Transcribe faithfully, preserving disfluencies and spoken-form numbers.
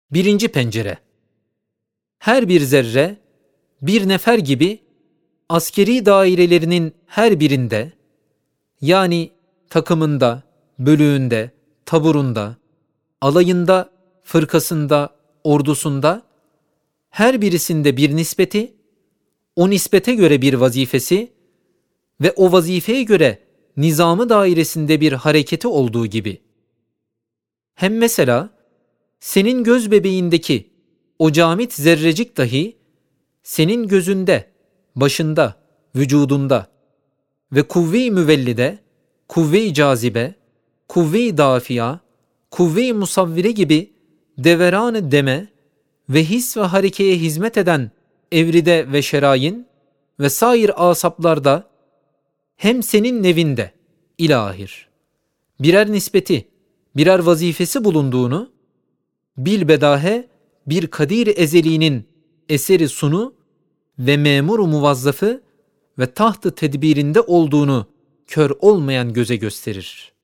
Birinci pencere. Her bir zerre, bir nefer gibi askeri dairelerinin her birinde, yani takımında, bölüğünde, taburunda, alayında, fırkasında, ordusunda, her birisinde bir nispeti, o nispete göre bir vazifesi ve o vazifeye göre nizamı dairesinde bir hareketi olduğu gibi. Hem mesela senin göz bebeğindeki o camit zerrecik dahi senin gözünde, başında, vücudunda ve kuvve-i müvellide, kuvve-i cazibe, kuvve-i dafiya, kuvve-i musavvire gibi deveran-ı deme ve his ve harekeye hizmet eden evride ve şerayin ve sair asaplarda hem senin nevinde ilahir birer nispeti, birer vazifesi bulunduğunu bilbedahe bir kadir ezeliğinin eseri sunu ve memuru muvazzafı ve tahtı tedbirinde olduğunu kör olmayan göze gösterir.